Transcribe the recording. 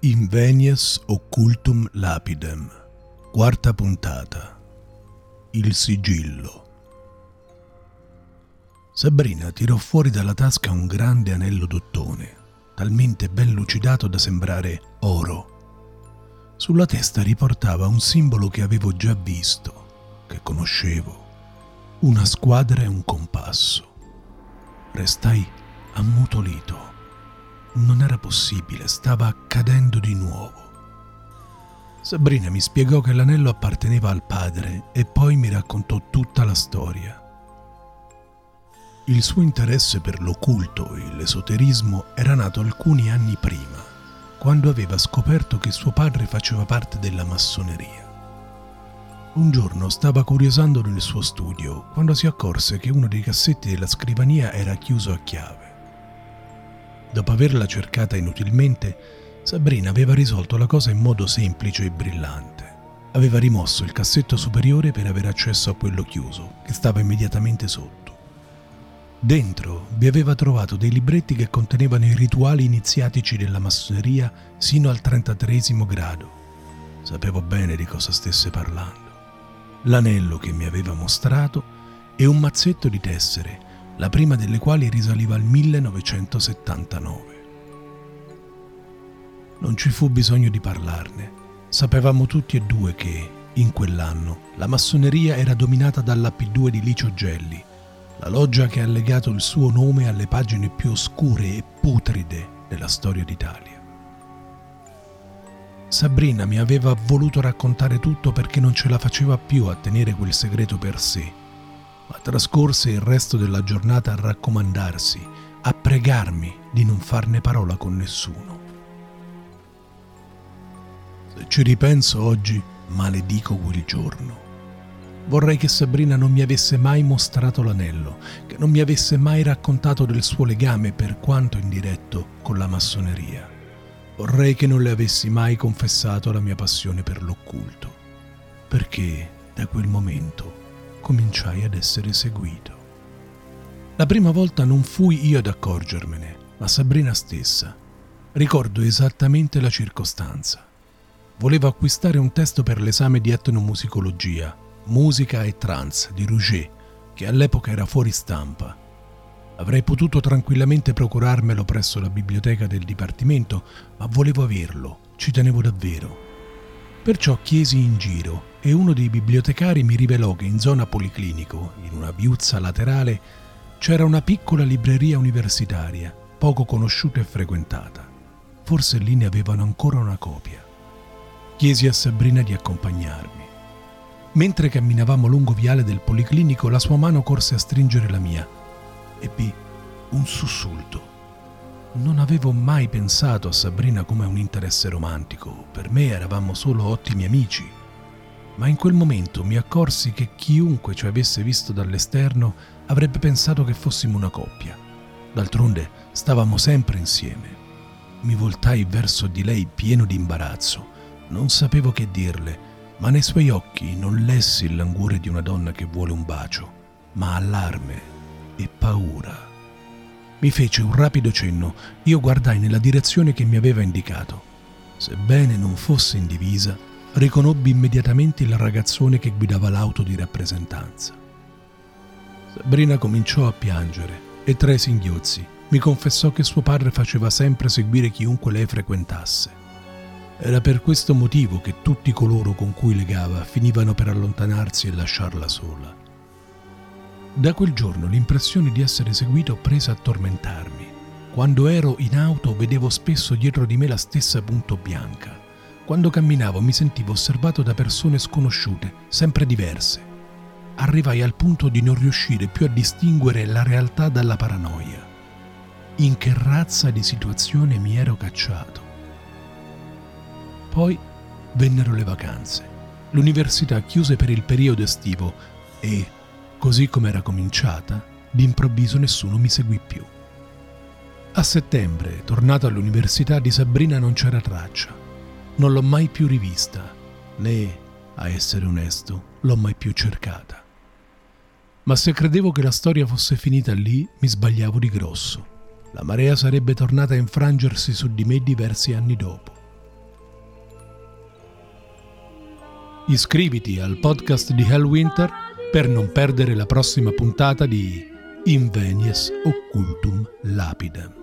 Invenies occultum lapidem, quarta puntata. Il sigillo. Sabrina tirò fuori dalla tasca un grande anello d'ottone, talmente ben lucidato da sembrare oro. Sulla testa riportava un simbolo che avevo già visto, che conoscevo, una squadra e un compasso. Restai ammutolito. Non era possibile, stava accadendo di nuovo. Sabrina mi spiegò che l'anello apparteneva al padre e poi mi raccontò tutta la storia. Il suo interesse per l'occulto e l'esoterismo era nato alcuni anni prima, quando aveva scoperto che suo padre faceva parte della massoneria. Un giorno stava curiosando nel suo studio quando si accorse che uno dei cassetti della scrivania era chiuso a chiave. Dopo averla cercata inutilmente, Sabrina aveva risolto la cosa in modo semplice e brillante. Aveva rimosso il cassetto superiore per avere accesso a quello chiuso, che stava immediatamente sotto. Dentro vi aveva trovato dei libretti che contenevano i rituali iniziatici della massoneria sino al 33° grado. Sapevo bene di cosa stesse parlando. L'anello che mi aveva mostrato e un mazzetto di tessere, la prima delle quali risaliva al 1979. Non ci fu bisogno di parlarne. Sapevamo tutti e due che, in quell'anno, la massoneria era dominata dalla P2 di Licio Gelli, la loggia che ha legato il suo nome alle pagine più oscure e putride della storia d'Italia. Sabrina mi aveva voluto raccontare tutto perché non ce la faceva più a tenere quel segreto per sé, ma trascorse il resto della giornata a raccomandarsi, a pregarmi di non farne parola con nessuno. Se ci ripenso oggi, maledico quel giorno. Vorrei che Sabrina non mi avesse mai mostrato l'anello, che non mi avesse mai raccontato del suo legame, per quanto indiretto, con la massoneria. Vorrei che non le avessi mai confessato la mia passione per l'occulto, perché da quel momento cominciai ad essere seguito. La prima volta non fui io ad accorgermene, ma Sabrina stessa. Ricordo esattamente la circostanza. Volevo acquistare un testo per l'esame di etnomusicologia, musica e trance di Rouget, che all'epoca era fuori stampa. Avrei potuto tranquillamente procurarmelo presso la biblioteca del dipartimento, ma volevo averlo, ci tenevo davvero. Perciò chiesi in giro e uno dei bibliotecari mi rivelò che in zona Policlinico, in una viuzza laterale, c'era una piccola libreria universitaria, poco conosciuta e frequentata. Forse lì ne avevano ancora una copia. Chiesi a Sabrina di accompagnarmi. Mentre camminavamo lungo viale del Policlinico, la sua mano corse a stringere la mia. Ebbi un sussulto. Non avevo mai pensato a Sabrina come a un interesse romantico. Per me eravamo solo ottimi amici. Ma in quel momento mi accorsi che chiunque ci avesse visto dall'esterno avrebbe pensato che fossimo una coppia. D'altronde stavamo sempre insieme. Mi voltai verso di lei pieno di imbarazzo. Non sapevo che dirle, ma nei suoi occhi non lessi il languore di una donna che vuole un bacio, ma allarme e paura. Mi fece un rapido cenno, io guardai nella direzione che mi aveva indicato. Sebbene non fosse in divisa, riconobbi immediatamente il ragazzone che guidava l'auto di rappresentanza. Sabrina cominciò a piangere e tra i singhiozzi mi confessò che suo padre faceva sempre seguire chiunque lei frequentasse. Era per questo motivo che tutti coloro con cui legava finivano per allontanarsi e lasciarla sola. Da quel giorno l'impressione di essere seguito prese a tormentarmi. Quando ero in auto vedevo spesso dietro di me la stessa punto bianca. Quando camminavo mi sentivo osservato da persone sconosciute, sempre diverse. Arrivai al punto di non riuscire più a distinguere la realtà dalla paranoia. In che razza di situazione mi ero cacciato? Poi vennero le vacanze. L'università chiuse per il periodo estivo e, così come era cominciata, d'improvviso nessuno mi seguì più. A settembre, tornato all'università, di Sabrina non c'era traccia. Non l'ho mai più rivista, né, a essere onesto, l'ho mai più cercata. Ma se credevo che la storia fosse finita lì, mi sbagliavo di grosso. La marea sarebbe tornata a infrangersi su di me diversi anni dopo. Iscriviti al podcast di Hellwinter per non perdere la prossima puntata di Invenies Occultum Lapidem.